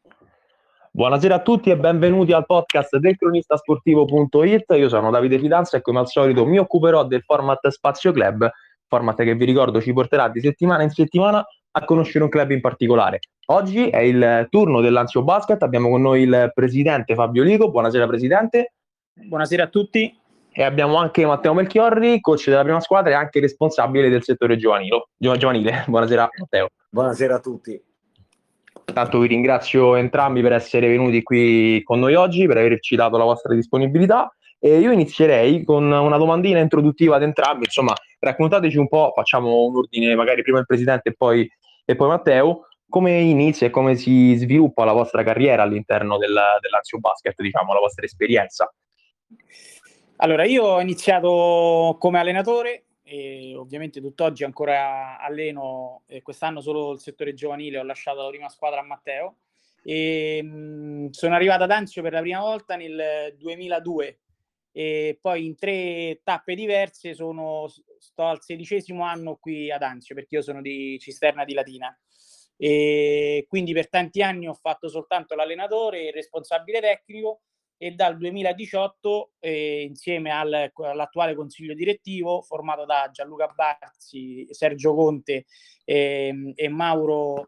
Buonasera a tutti e benvenuti al podcast del cronistasportivo.it. Io sono Davide Fidanza e come al solito mi occuperò del format Spazio Club, format che vi ricordo ci porterà di settimana in settimana a conoscere un club in particolare. Oggi è il turno dell'Anzio Basket, abbiamo con noi il presidente Fabio Lico. Buonasera presidente. Buonasera a tutti. E abbiamo anche Matteo Melchiorri, coach della prima squadra e anche responsabile del settore giovanile. Buonasera Matteo. Buonasera a tutti. Tanto vi ringrazio entrambi per essere venuti qui con noi oggi, per averci dato la vostra disponibilità. E io inizierei con una domandina introduttiva ad entrambi. Insomma, raccontateci un po', facciamo un ordine, magari prima il presidente e poi Matteo, come inizia e come si sviluppa la vostra carriera all'interno dell'Anzio Basket, diciamo, la vostra esperienza. Allora, io ho iniziato come allenatore e ovviamente tutt'oggi ancora alleno, quest'anno solo il settore giovanile, ho lasciato la prima squadra a Matteo e sono arrivato ad Anzio per la prima volta nel 2002 e poi in 3 tappe diverse sto al 16° anno qui ad Anzio, perché io sono di Cisterna di Latina e quindi per tanti anni ho fatto soltanto l'allenatore, il responsabile tecnico, e dal 2018 insieme all'attuale consiglio direttivo formato da Gianluca Barzi, Sergio Conte e Mauro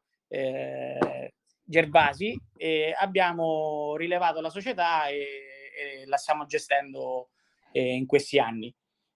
Gervasi abbiamo rilevato la società e la stiamo gestendo in questi anni.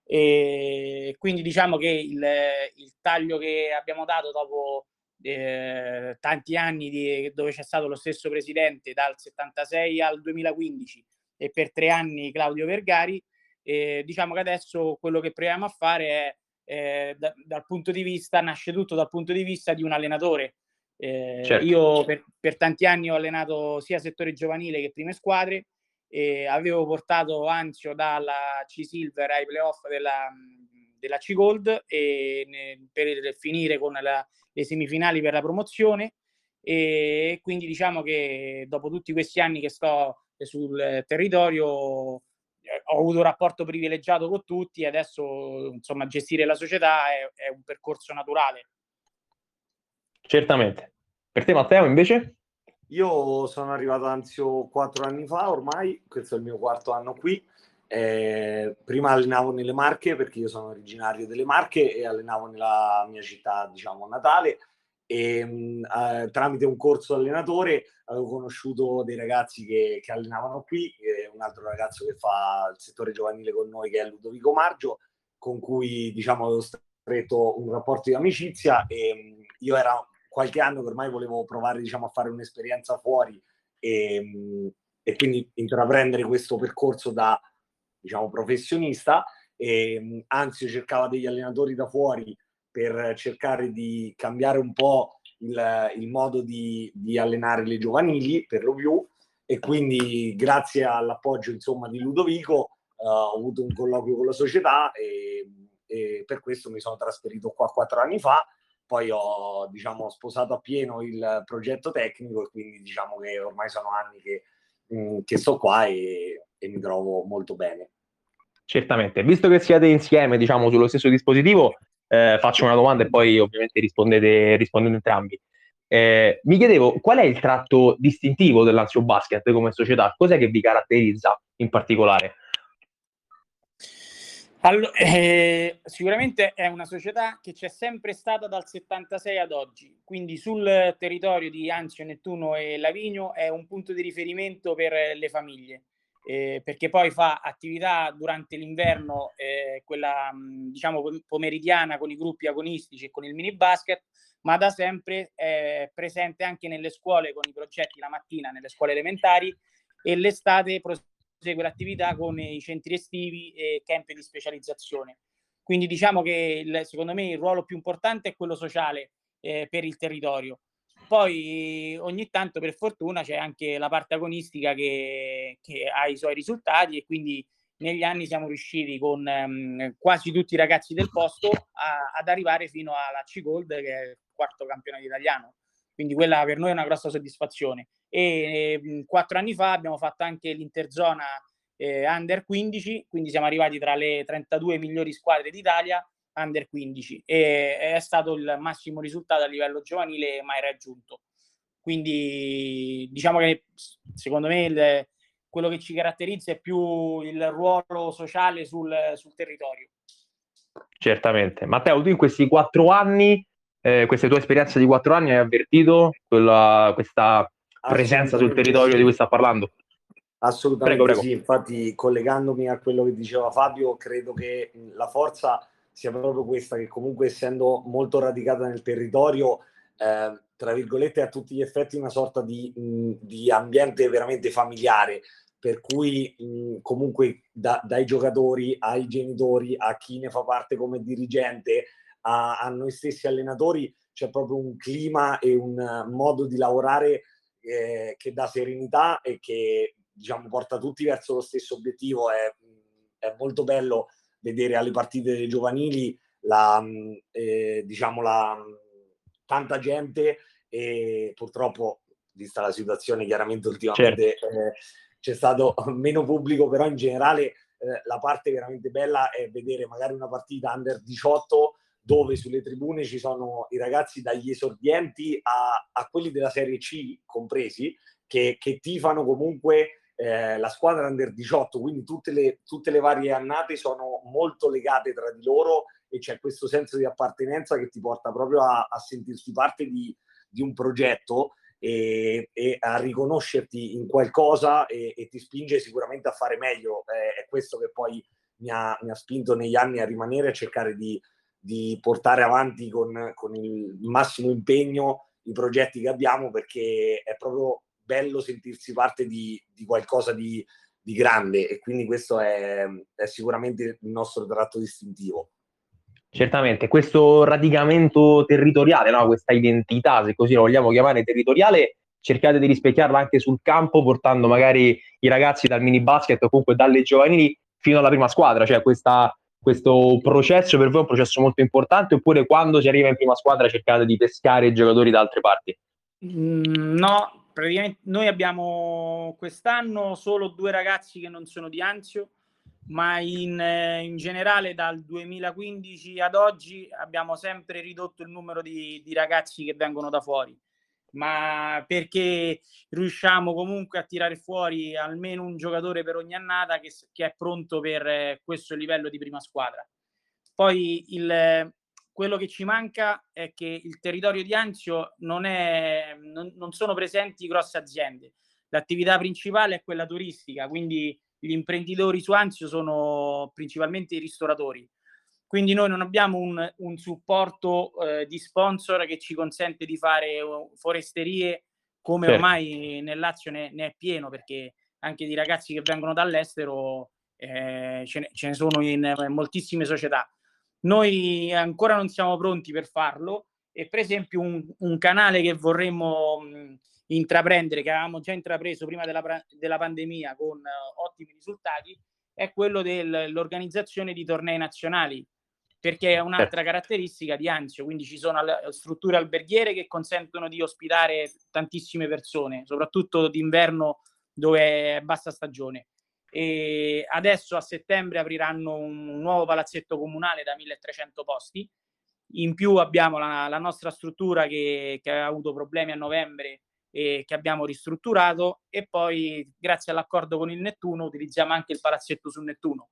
E quindi diciamo che il taglio che abbiamo dato dopo tanti anni dove c'è stato lo stesso presidente dal 76 al 2015 e per 3 anni Claudio Vergari, diciamo che adesso quello che proviamo a fare è dal punto di vista, nasce tutto dal punto di vista di un allenatore. Certo. Io per tanti anni ho allenato sia settore giovanile che prime squadre, avevo portato Anzio dalla C-Silver ai playoff della C-Gold per finire con le semifinali per la promozione, e quindi diciamo che dopo tutti questi anni che sto sul territorio ho avuto un rapporto privilegiato con tutti e adesso insomma gestire la società è un percorso naturale. Certamente. Per te Matteo invece? Io sono arrivato ad Anzio 4 anni fa ormai, questo è il mio 4º anno qui. Prima allenavo nelle Marche perché io sono originario delle Marche e allenavo nella mia città, diciamo, natale, e tramite un corso allenatore avevo conosciuto dei ragazzi che allenavano qui, un altro ragazzo che fa il settore giovanile con noi che è Ludovico Margio, con cui diciamo avevo stretto un rapporto di amicizia e io era qualche anno che ormai volevo provare, diciamo, a fare un'esperienza fuori e quindi intraprendere questo percorso da, diciamo, professionista. Anzi, cercava degli allenatori da fuori per cercare di cambiare un po' il modo di allenare le giovanili per lo più, e quindi grazie all'appoggio insomma di Ludovico ho avuto un colloquio con la società e per questo mi sono trasferito qua 4 anni fa. Poi ho, diciamo, sposato appieno il progetto tecnico e quindi diciamo che ormai sono anni che sto qua e mi trovo molto bene. Certamente, visto che siete insieme, diciamo, sullo stesso dispositivo, faccio una domanda e poi ovviamente rispondete entrambi. Mi chiedevo qual è il tratto distintivo dell'Anzio Basket come società? Cos'è che vi caratterizza in particolare? Allora, sicuramente è una società che c'è sempre stata dal 76 ad oggi, quindi sul territorio di Anzio, Nettuno e Lavigno è un punto di riferimento per le famiglie, perché poi fa attività durante l'inverno, quella diciamo pomeridiana con i gruppi agonistici e con il mini basket, ma da sempre è presente anche nelle scuole con i progetti la mattina nelle scuole elementari e l'estate prosegue l'attività con i centri estivi e campi di specializzazione. Quindi diciamo che secondo me il ruolo più importante è quello sociale per il territorio. Poi ogni tanto per fortuna c'è anche la parte agonistica che ha i suoi risultati e quindi negli anni siamo riusciti con quasi tutti i ragazzi del posto ad arrivare fino alla C-Gold, che è il 4º campionato italiano. Quindi quella per noi è una grossa soddisfazione. E 4 anni fa abbiamo fatto anche l'interzona under 15, quindi siamo arrivati tra le 32 migliori squadre d'Italia under 15 e è stato il massimo risultato a livello giovanile mai raggiunto. Quindi diciamo che secondo me quello che ci caratterizza è più il ruolo sociale sul territorio. Certamente. Matteo, tu in questi 4 anni, queste tue esperienze di 4 anni, hai avvertito questa presenza sul territorio sì. di cui sta parlando? Assolutamente Prego. sì, infatti collegandomi a quello che diceva Fabio, credo che la forza sia proprio questa, che comunque essendo molto radicata nel territorio, tra virgolette, a tutti gli effetti una sorta di ambiente veramente familiare, per cui comunque dai giocatori ai genitori, a chi ne fa parte come dirigente, a noi stessi allenatori, c'è proprio un clima e un modo di lavorare che dà serenità e che, diciamo, porta tutti verso lo stesso obiettivo. È molto bello vedere alle partite dei giovanili tanta gente, e purtroppo, vista la situazione, chiaramente ultimamente c'è stato meno pubblico, però in generale la parte veramente bella è vedere magari una partita under 18 dove sulle tribune ci sono i ragazzi dagli esordienti a quelli della Serie C compresi, che tifano comunque la squadra under 18, quindi tutte le varie annate sono molto legate tra di loro, e c'è questo senso di appartenenza che ti porta proprio a sentirti parte di un progetto e a riconoscerti in qualcosa, e ti spinge sicuramente a fare meglio. È questo che poi mi ha spinto negli anni a rimanere, a cercare di portare avanti con il massimo impegno i progetti che abbiamo, perché è proprio bello sentirsi parte di qualcosa di grande, e quindi questo è sicuramente il nostro tratto distintivo. Certamente, questo radicamento territoriale, no? Questa identità, se così la vogliamo chiamare, territoriale, cercate di rispecchiarla anche sul campo, portando magari i ragazzi dal mini basket o comunque dalle giovanili fino alla prima squadra, cioè questo processo per voi è un processo molto importante, oppure quando si arriva in prima squadra cercate di pescare i giocatori da altre parti? No, praticamente noi abbiamo quest'anno solo 2 ragazzi che non sono di Anzio, ma in generale dal 2015 ad oggi abbiamo sempre ridotto il numero di ragazzi che vengono da fuori, ma perché riusciamo comunque a tirare fuori almeno un giocatore per ogni annata che è pronto per questo livello di prima squadra. Poi quello che ci manca è che il territorio di Anzio non sono presenti grosse aziende. L'attività principale è quella turistica, quindi gli imprenditori su Anzio sono principalmente i ristoratori. Quindi noi non abbiamo un supporto di sponsor che ci consente di fare foresterie, come ormai nel Lazio ne è pieno, perché anche di ragazzi che vengono dall'estero ce ne sono in moltissime società. Noi ancora non siamo pronti per farlo, e per esempio un canale che vorremmo intraprendere, che avevamo già intrapreso prima della pandemia con ottimi risultati, è quello dell'organizzazione di tornei nazionali, perché è un'altra caratteristica di Anzio, quindi ci sono strutture alberghiere che consentono di ospitare tantissime persone, soprattutto d'inverno dove è bassa stagione. E adesso a settembre apriranno un nuovo palazzetto comunale da 1300 posti. In più abbiamo la nostra struttura che ha avuto problemi a novembre e che abbiamo ristrutturato, e poi grazie all'accordo con il Nettuno utilizziamo anche il palazzetto sul Nettuno.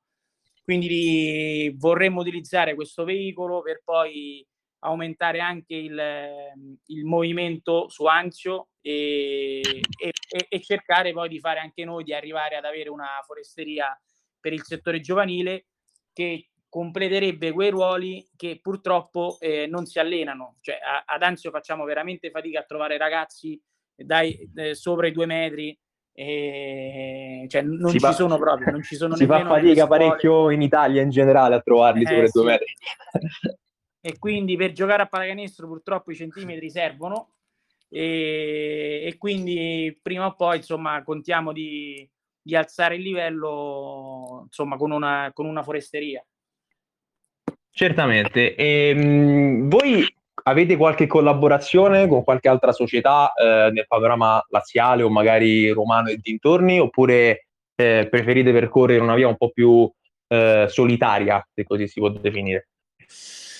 Quindi vorremmo utilizzare questo veicolo per poi aumentare anche il movimento su Anzio e cercare poi di fare anche noi, di arrivare ad avere una foresteria per il settore giovanile che completerebbe quei ruoli che purtroppo non si allenano. Cioè, ad Anzio facciamo veramente fatica a trovare ragazzi sopra i 2 metri, cioè non ci sono proprio, non ci sono nemmeno. Si fa fatica parecchio in Italia in generale a trovarli sopra i 2 metri. E quindi per giocare a pallacanestro purtroppo i centimetri servono, e quindi prima o poi insomma contiamo di alzare il livello, insomma, con una foresteria. Certamente. Voi avete qualche collaborazione con qualche altra società nel panorama laziale o magari romano e dintorni, oppure preferite percorrere una via un po' più solitaria, se così si può definire?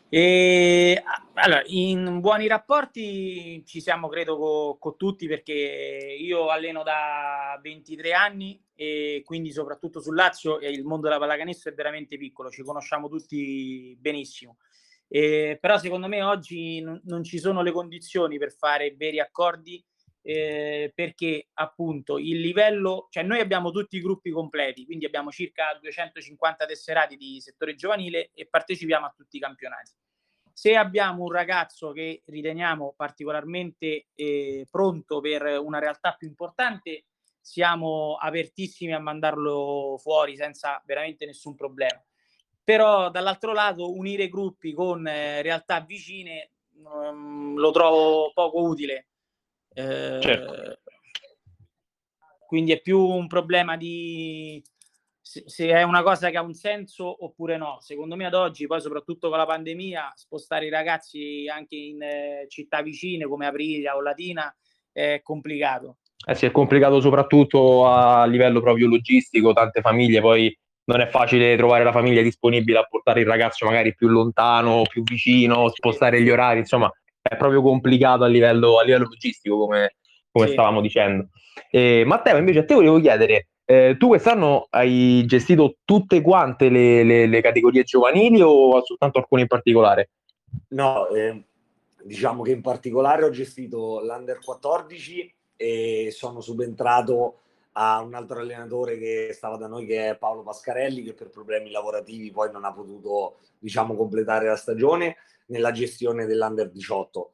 Allora, in buoni rapporti ci siamo, credo, con tutti, perché io alleno da 23 anni e quindi soprattutto sul Lazio e il mondo della pallacanestro è veramente piccolo, ci conosciamo tutti benissimo. Però secondo me oggi non ci sono le condizioni per fare veri accordi, perché appunto il livello, cioè noi abbiamo tutti i gruppi completi, quindi abbiamo circa 250 tesserati di settore giovanile e partecipiamo a tutti i campionati. Se abbiamo un ragazzo che riteniamo particolarmente pronto per una realtà più importante, siamo apertissimi a mandarlo fuori senza veramente nessun problema. Però dall'altro lato unire gruppi con realtà vicine lo trovo poco utile. Certo. Quindi è più un problema di se è una cosa che ha un senso oppure no. Secondo me ad oggi, poi soprattutto con la pandemia, spostare i ragazzi anche in città vicine come Aprilia o Latina è complicato. Sì, è complicato soprattutto a livello proprio logistico, tante famiglie, poi non è facile trovare la famiglia disponibile a portare il ragazzo magari più lontano, più vicino, spostare gli orari, insomma è proprio complicato a livello logistico, come stavamo dicendo. Matteo, invece a te volevo chiedere, tu quest'anno hai gestito tutte quante le categorie giovanili o soltanto alcune in particolare? No, diciamo che in particolare ho gestito l'Under 14 e sono subentrato a un altro allenatore che stava da noi, che è Paolo Pascarelli, che per problemi lavorativi poi non ha potuto, diciamo, completare la stagione nella gestione dell'Under 18.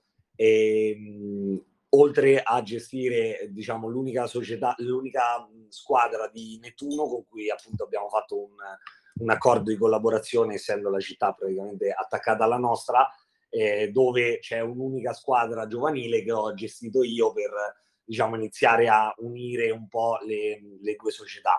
Oltre a gestire, diciamo, l'unica squadra di Nettuno con cui appunto abbiamo fatto un accordo di collaborazione, essendo la città praticamente attaccata alla nostra, dove c'è un'unica squadra giovanile che ho gestito io per, diciamo, iniziare a unire un po' le due società.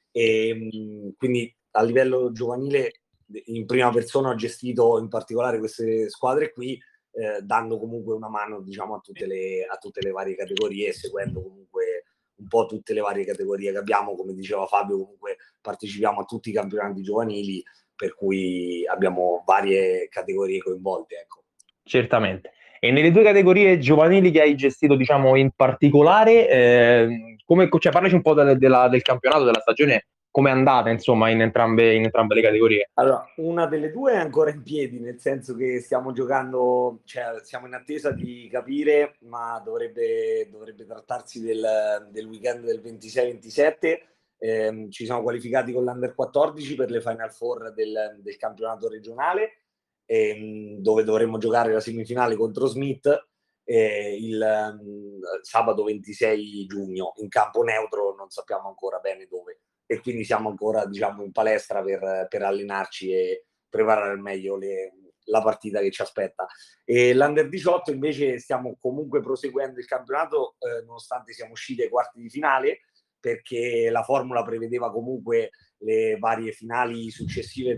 Quindi a livello giovanile in prima persona ho gestito in particolare queste squadre qui, dando comunque una mano, diciamo, a tutte le varie categorie, seguendo comunque un po' tutte le varie categorie che abbiamo. Come diceva Fabio, comunque partecipiamo a tutti i campionati giovanili, per cui abbiamo varie categorie coinvolte, ecco. Certamente. E nelle due categorie giovanili che hai gestito, diciamo, in particolare, parlaci un po' del campionato, della stagione, come è andata, insomma, in entrambe le categorie? Allora, una delle due è ancora in piedi, nel senso che stiamo giocando, cioè siamo in attesa di capire, ma dovrebbe trattarsi del weekend del 26-27. Ci siamo qualificati con l'Under 14 per le Final Four del campionato regionale, dove dovremmo giocare la semifinale contro Smith il sabato 26 giugno in campo neutro, non sappiamo ancora bene dove, e quindi siamo ancora, diciamo, in palestra per allenarci e preparare al meglio la partita che ci aspetta. E l'Under 18 invece stiamo comunque proseguendo il campionato, nonostante siamo usciti ai quarti di finale, perché la formula prevedeva comunque le varie finali successive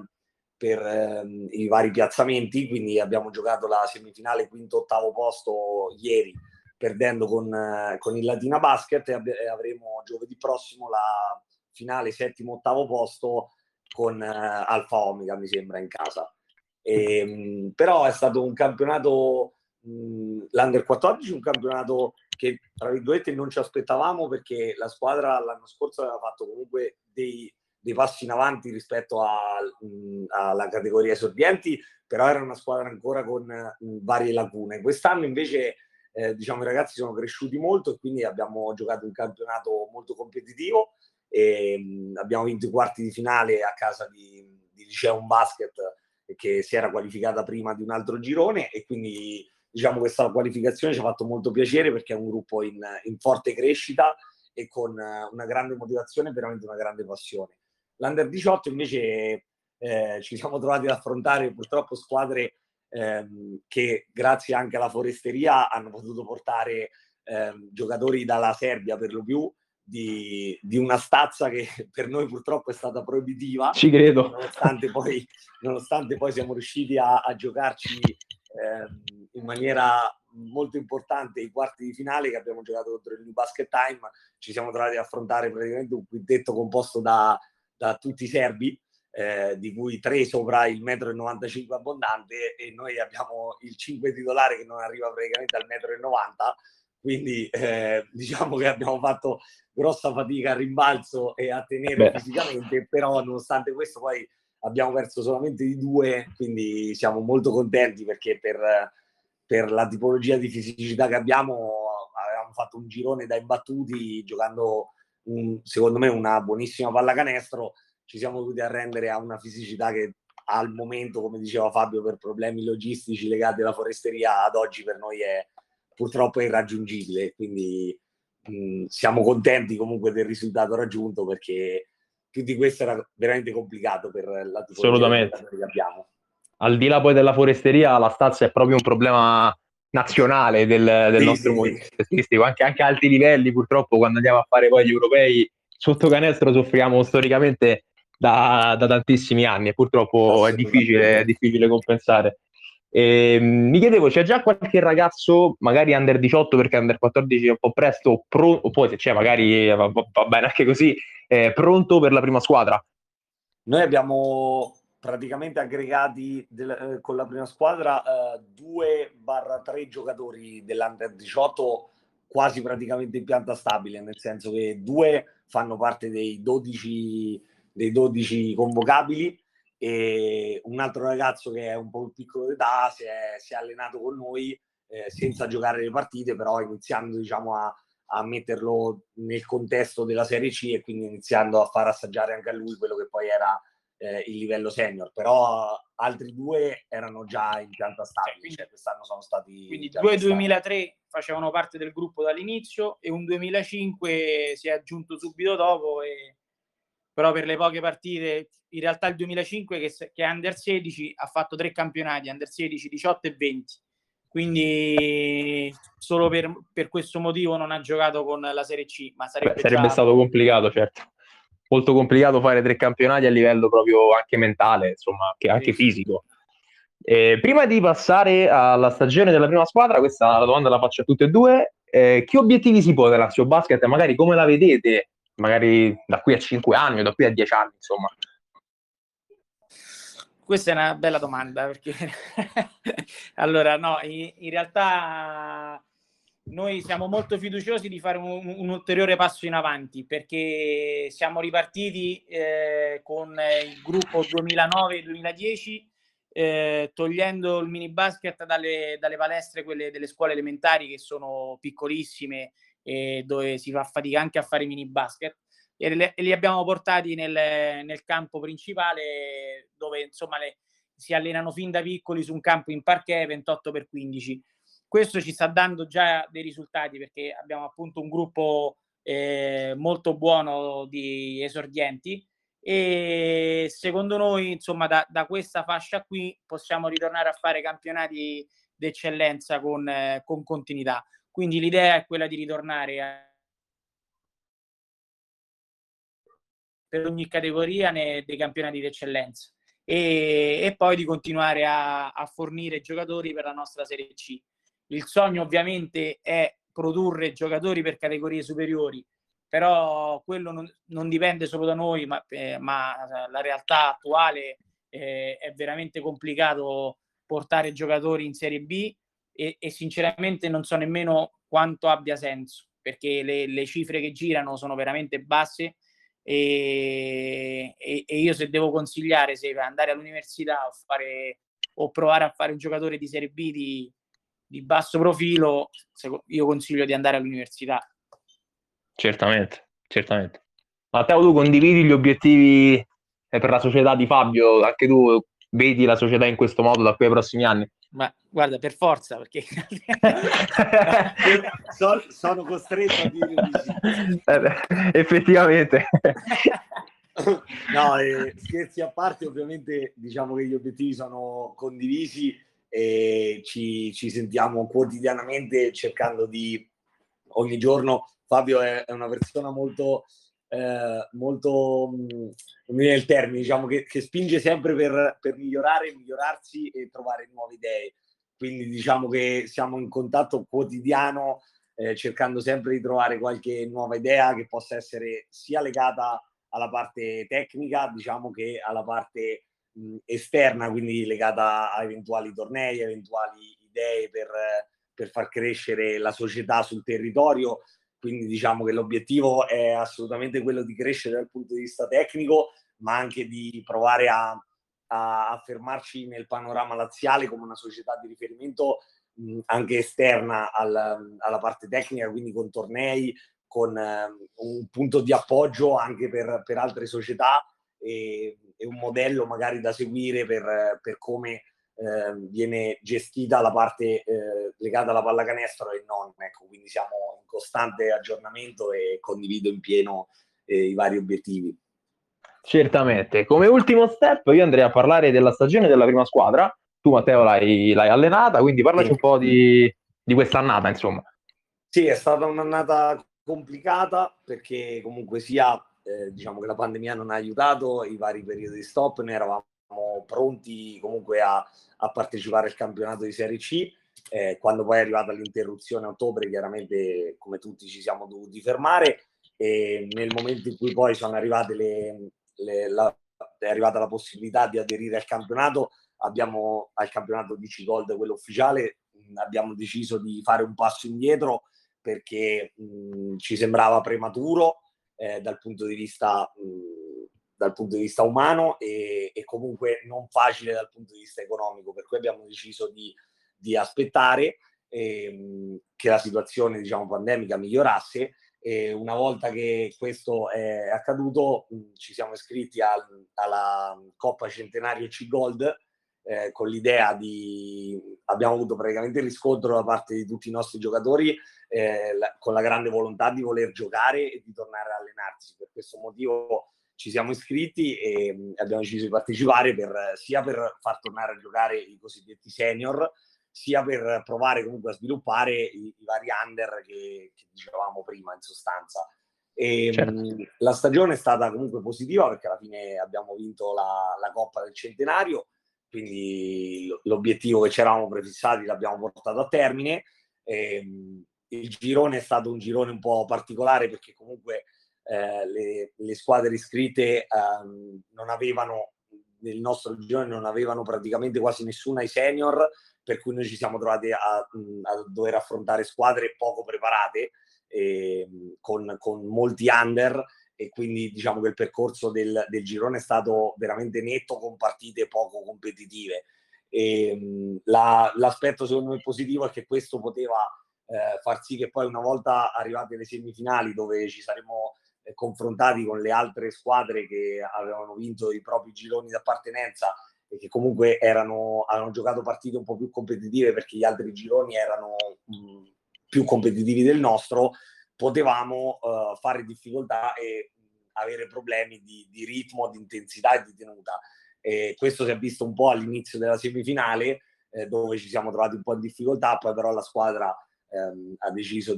per i vari piazzamenti. Quindi abbiamo giocato la semifinale quinto-ottavo posto ieri, perdendo con il Latina Basket, e avremo giovedì prossimo la finale settimo-ottavo posto con Alfa Omega, mi sembra, in casa. Però è stato un campionato, l'Under 14, un campionato che, tra virgolette, non ci aspettavamo, perché la squadra l'anno scorso aveva fatto comunque dei passi in avanti rispetto alla categoria esordienti, però era una squadra ancora con varie lacune. Quest'anno invece diciamo, i ragazzi sono cresciuti molto e quindi abbiamo giocato un campionato molto competitivo e abbiamo vinto i quarti di finale a casa di Liceum Basket, che si era qualificata prima di un altro girone, e quindi, diciamo, questa qualificazione ci ha fatto molto piacere, perché è un gruppo in forte crescita e con una grande motivazione e veramente una grande passione. L'Under 18 invece ci siamo trovati ad affrontare purtroppo squadre che, grazie anche alla foresteria, hanno potuto portare giocatori dalla Serbia, per lo più, di una stazza che per noi purtroppo è stata proibitiva. Ci credo. Nonostante poi siamo riusciti a giocarci in maniera molto importante i quarti di finale, che abbiamo giocato contro il New Basket Time. Ci siamo trovati ad affrontare praticamente un quintetto composto da tutti i serbi, di cui 3 sopra il 1,95 m abbondante, e noi abbiamo il 5 titolare che non arriva praticamente al 1,90 m, quindi diciamo che abbiamo fatto grossa fatica a rimbalzo e a tenerlo fisicamente, però nonostante questo poi abbiamo perso solamente di 2, quindi siamo molto contenti, perché per la tipologia di fisicità che abbiamo avevamo fatto un girone da imbattuti giocando secondo me una buonissima pallacanestro. Ci siamo dovuti arrendere a una fisicità che al momento, come diceva Fabio, per problemi logistici legati alla foresteria, ad oggi per noi è purtroppo irraggiungibile, quindi siamo contenti comunque del risultato raggiunto, perché più di questo era veramente complicato per la tipologia di giocatori che abbiamo. Al di là poi della foresteria, la Stazza è proprio un problema nazionale del nostro movimento statistico, anche a alti livelli. Purtroppo quando andiamo a fare poi gli europei sotto canestro soffriamo storicamente da tantissimi anni, e purtroppo è difficile compensare. Mi chiedevo, c'è già qualche ragazzo, magari under 18, perché under 14 è un po' presto, o poi se c'è magari va bene anche così, pronto per la prima squadra? Noi abbiamo praticamente aggregati con la prima squadra 2-3 giocatori dell'Under 18 quasi praticamente in pianta stabile, nel senso che 2 fanno parte dei 12 convocabili, e un altro ragazzo che è un po' più piccolo d'età si è allenato con noi senza giocare le partite, però iniziando diciamo a metterlo nel contesto della Serie C, e quindi iniziando a far assaggiare anche a lui quello che poi era il livello senior. Però altri 2 erano già in pianta stabile, cioè quest'anno sono stati... Quindi 2 2003 facevano parte del gruppo dall'inizio, e un 2005 si è aggiunto subito dopo, però per le poche partite, in realtà il 2005 che è under 16 ha fatto 3 campionati, under 16, 18 e 20, quindi solo per questo motivo non ha giocato con la Serie C, ma sarebbe stato complicato, certo, molto complicato fare 3 campionati a livello proprio anche mentale, insomma, anche fisico. Prima di passare alla stagione della prima squadra, questa la domanda la faccio a tutti e due, che obiettivi si pone Lazio Basket e magari come la vedete magari da qui a 5 anni o da qui a 10 anni, insomma? Questa è una bella domanda, perché allora no, in realtà noi siamo molto fiduciosi di fare un ulteriore passo in avanti, perché siamo ripartiti con il gruppo 2009-2010, togliendo il mini basket dalle palestre, quelle delle scuole elementari, che sono piccolissime e dove si fa fatica anche a fare mini basket, e li abbiamo portati nel campo principale, dove insomma si allenano fin da piccoli su un campo in parquet 28x15. Questo ci sta dando già dei risultati, perché abbiamo appunto un gruppo molto buono di esordienti, e secondo noi insomma da questa fascia qui possiamo ritornare a fare campionati d'eccellenza con continuità. Quindi l'idea è quella di ritornare per ogni categoria dei campionati d'eccellenza, e poi di continuare a fornire giocatori per la nostra Serie C. Il sogno ovviamente è produrre giocatori per categorie superiori, però quello non dipende solo da noi, ma la realtà attuale è veramente complicato portare giocatori in Serie B, e sinceramente non so nemmeno quanto abbia senso, perché le cifre che girano sono veramente basse, e io, se devo consigliare se andare all'università o provare a fare un giocatore di Serie B di basso profilo, io consiglio di andare all'università. Certamente. Matteo, tu condividi gli obiettivi per la società di Fabio? Anche tu vedi la società in questo modo da qui ai prossimi anni? Ma guarda, per forza, perché sono costretto a dire di sì. Effettivamente. No, scherzi a parte, ovviamente diciamo che gli obiettivi sono condivisi, e ci sentiamo quotidianamente cercando di, ogni giorno, Fabio è una persona molto non mi viene il termine, diciamo che spinge sempre per migliorarsi e trovare nuove idee, quindi diciamo che siamo in contatto quotidiano, cercando sempre di trovare qualche nuova idea che possa essere sia legata alla parte tecnica, diciamo che alla parte esterna, quindi legata a eventuali tornei, eventuali idee per far crescere la società sul territorio. Quindi diciamo che l'obiettivo è assolutamente quello di crescere dal punto di vista tecnico, ma anche di provare a affermarci nel panorama laziale come una società di riferimento anche esterna alla parte tecnica, quindi con tornei, con un punto di appoggio anche per altre società e un modello magari da seguire per come viene gestita la parte legata alla pallacanestro e non. Ecco, quindi siamo in costante aggiornamento e condivido in pieno i vari obiettivi. Certamente. Come ultimo step io andrei a parlare della stagione della prima squadra. Tu Matteo l'hai allenata, quindi parlaci un po' di quest'annata, insomma. Sì, è stata un'annata complicata perché comunque sia diciamo che la pandemia non ha aiutato, i vari periodi di stop, noi eravamo pronti comunque a partecipare al campionato di Serie C, quando poi è arrivata l'interruzione a ottobre chiaramente come tutti ci siamo dovuti fermare e nel momento in cui poi sono arrivate è arrivata la possibilità di aderire al campionato di C-Gold, quello ufficiale, abbiamo deciso di fare un passo indietro perché ci sembrava prematuro dal punto di vista umano e comunque non facile dal punto di vista economico, per cui abbiamo deciso di aspettare che la situazione, diciamo, pandemica migliorasse e una volta che questo è accaduto ci siamo iscritti alla Coppa Centenario C-Gold con l'idea abbiamo avuto praticamente il riscontro da parte di tutti i nostri giocatori con la grande volontà di voler giocare e di tornare a allenarsi. Per questo motivo ci siamo iscritti e abbiamo deciso di partecipare sia per far tornare a giocare i cosiddetti senior, sia per provare comunque a sviluppare i vari under che dicevamo prima in sostanza. La stagione è stata comunque positiva perché alla fine abbiamo vinto la Coppa del Centenario, quindi l'obiettivo che ci eravamo prefissati l'abbiamo portato a termine. Il girone è stato un girone un po' particolare perché comunque le squadre iscritte non avevano, nel nostro girone non avevano praticamente quasi nessuna ai senior, per cui noi ci siamo trovati a dover affrontare squadre poco preparate con molti under e quindi diciamo che il percorso del girone è stato veramente netto con partite poco competitive. L'aspetto secondo me positivo è che questo poteva far sì che poi una volta arrivate alle semifinali dove ci saremmo confrontati con le altre squadre che avevano vinto i propri gironi d'appartenenza e che comunque avevano giocato partite un po' più competitive perché gli altri gironi erano più competitivi del nostro, potevamo fare difficoltà e avere problemi di ritmo, di intensità e di tenuta. Questo si è visto un po' all'inizio della semifinale dove ci siamo trovati un po' in difficoltà, poi però la squadra ha deciso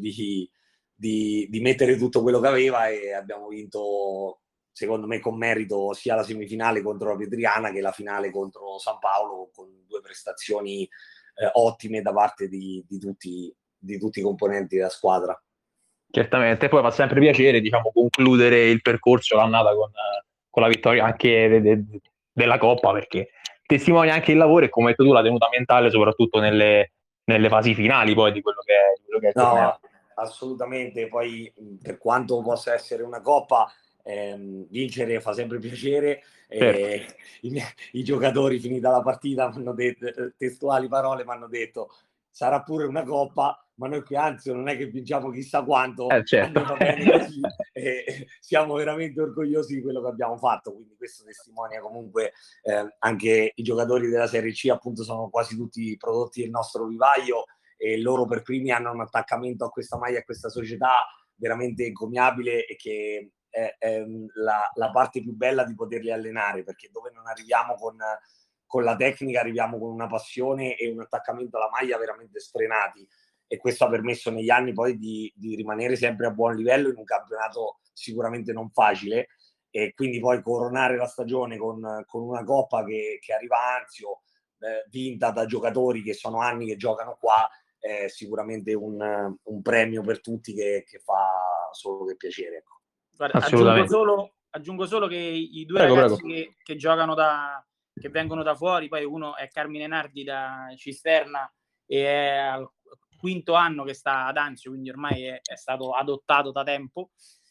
di mettere tutto quello che aveva e abbiamo vinto secondo me con merito sia la semifinale contro la Pietriana che la finale contro San Paolo, con due prestazioni ottime da parte di tutti i componenti della squadra. Certamente, poi fa sempre piacere, diciamo, concludere il percorso l'annata con la vittoria anche della Coppa, perché testimonia anche il lavoro e, come hai detto tu, la tenuta mentale, soprattutto nelle fasi finali poi di quello che è il torneo. Assolutamente, poi per quanto possa essere una Coppa, vincere fa sempre piacere. Certo. I giocatori finita la partita mi hanno detto, testuali parole, mi hanno detto sarà pure una Coppa, ma noi qui anzi non è che vinciamo chissà quanto, Certo. a noi va bene così e siamo veramente orgogliosi di quello che abbiamo fatto, quindi questo testimonia comunque anche i giocatori della Serie C appunto sono quasi tutti prodotti del nostro vivaio e loro per primi hanno un attaccamento a questa maglia, a questa società veramente encomiabile e che è la parte più bella di poterli allenare, perché dove non arriviamo con la tecnica arriviamo con una passione e un attaccamento alla maglia veramente sfrenati e questo ha permesso negli anni poi di rimanere sempre a buon livello in un campionato sicuramente non facile e quindi poi coronare la stagione con una Coppa che arriva anzio, vinta da giocatori che sono anni che giocano qua, è sicuramente un premio per tutti che fa solo che piacere. Guarda, aggiungo solo che i due Prego, ragazzi prego. che giocano che vengono da fuori, poi uno è Carmine Nardi da Cisterna e è al quinto anno che sta ad Anzio, quindi ormai è stato adottato da tempo,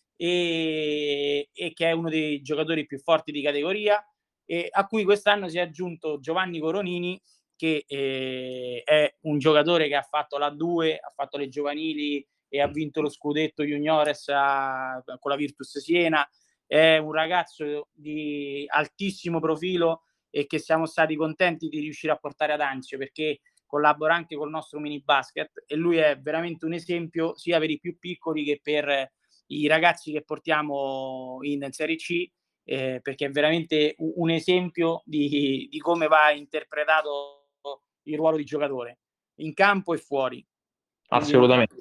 e che è uno dei giocatori più forti di categoria, e a cui quest'anno si è aggiunto Giovanni Coronini, che è un giocatore che ha fatto la 2, ha fatto le giovanili e ha vinto lo scudetto juniores con la Virtus Siena. È un ragazzo di altissimo profilo e che siamo stati contenti di riuscire a portare ad Anzio, perché collabora anche col nostro mini basket e lui è veramente un esempio sia per i più piccoli che per i ragazzi che portiamo in Serie C, perché è veramente un esempio di come va interpretato il ruolo di giocatore in campo e fuori. Quindi Assolutamente.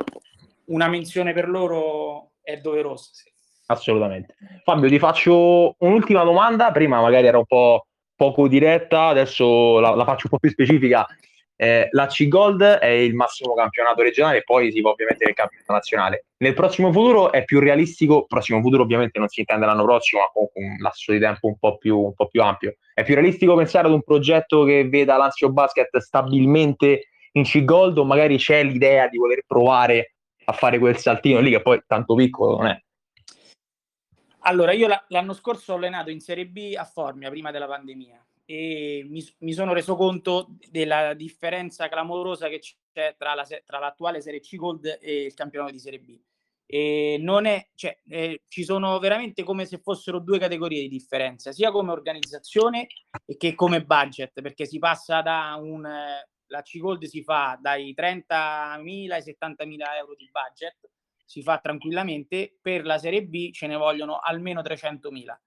una menzione per loro è doverosa. Sì. Assolutamente. Fabio, ti faccio un'ultima domanda, prima magari era un po' poco diretta, adesso la faccio un po' più specifica. La C-Gold è il massimo campionato regionale, poi si va ovviamente nel campionato nazionale. Nel prossimo futuro è più realistico, prossimo futuro ovviamente non si intende l'anno prossimo, ma con un lasso di tempo un po' più ampio. È più realistico pensare ad un progetto che veda l'Anzio Basket stabilmente in C-Gold, o magari c'è l'idea di voler provare a fare quel saltino lì, che poi tanto piccolo non è? Allora, io l'anno scorso ho allenato in Serie B a Formia prima della pandemia e mi sono reso conto della differenza clamorosa che c'è tra l'attuale Serie C Gold e il campionato di Serie B. E non è, cioè, ci sono veramente come se fossero due categorie di differenza, sia come organizzazione che come budget, perché si passa la C Gold si fa dai 30.000 ai 70.000 euro di budget, si fa tranquillamente. Per la Serie B ce ne vogliono almeno 300.000.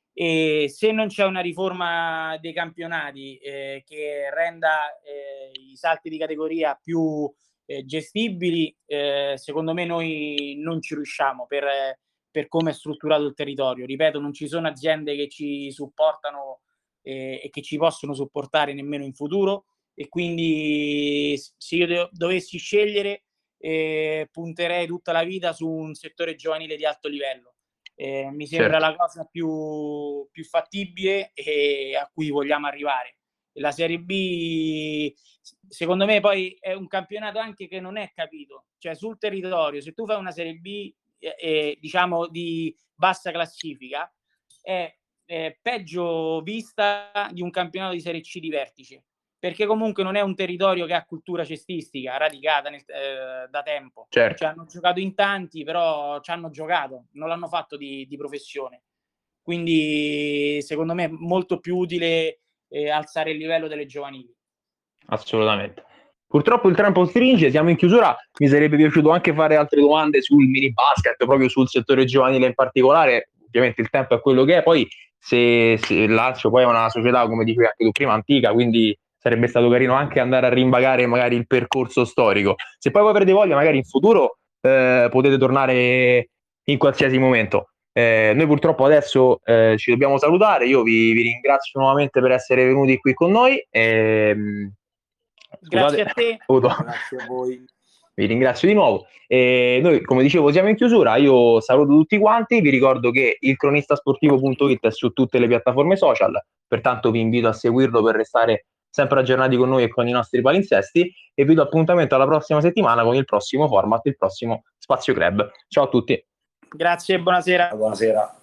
E se non c'è una riforma dei campionati che renda i salti di categoria più gestibili, secondo me noi non ci riusciamo per come è strutturato il territorio. Ripeto, non ci sono aziende che ci supportano e che ci possono supportare nemmeno in futuro, e quindi se io dovessi scegliere punterei tutta la vita su un settore giovanile di alto livello. Mi sembra la cosa più fattibile e a cui vogliamo arrivare. La Serie B, secondo me, poi è un campionato anche che non è capito. Cioè, sul territorio, se tu fai una Serie B diciamo di bassa classifica, è peggio vista di un campionato di Serie C di vertice, perché comunque non è un territorio che ha cultura cestistica radicata da tempo. Certo. Cioè, hanno giocato in tanti, però ci hanno giocato, non l'hanno fatto di professione. Quindi secondo me è molto più utile alzare il livello delle giovanili. Assolutamente. Purtroppo il tempo stringe, siamo in chiusura. Mi sarebbe piaciuto anche fare altre domande sul mini basket, proprio sul settore giovanile in particolare. Ovviamente il tempo è quello che è. Poi se Lazio poi è una società, come dicevi anche tu prima, antica, quindi sarebbe stato carino anche andare a rimbagare magari il percorso storico. Se poi voi avrete voglia, magari in futuro potete tornare in qualsiasi momento. Noi purtroppo adesso ci dobbiamo salutare. Io vi ringrazio nuovamente per essere venuti qui con noi. Grazie a te. Grazie a voi. Vi ringrazio di nuovo. Noi, come dicevo, siamo in chiusura. Io saluto tutti quanti. Vi ricordo che il cronistasportivo.it è su tutte le piattaforme social, pertanto vi invito a seguirlo per restare sempre aggiornati con noi e con i nostri palinsesti, e vi do appuntamento alla prossima settimana con il prossimo format, il prossimo Spazio Club. Ciao a tutti. Grazie e buonasera. Buonasera.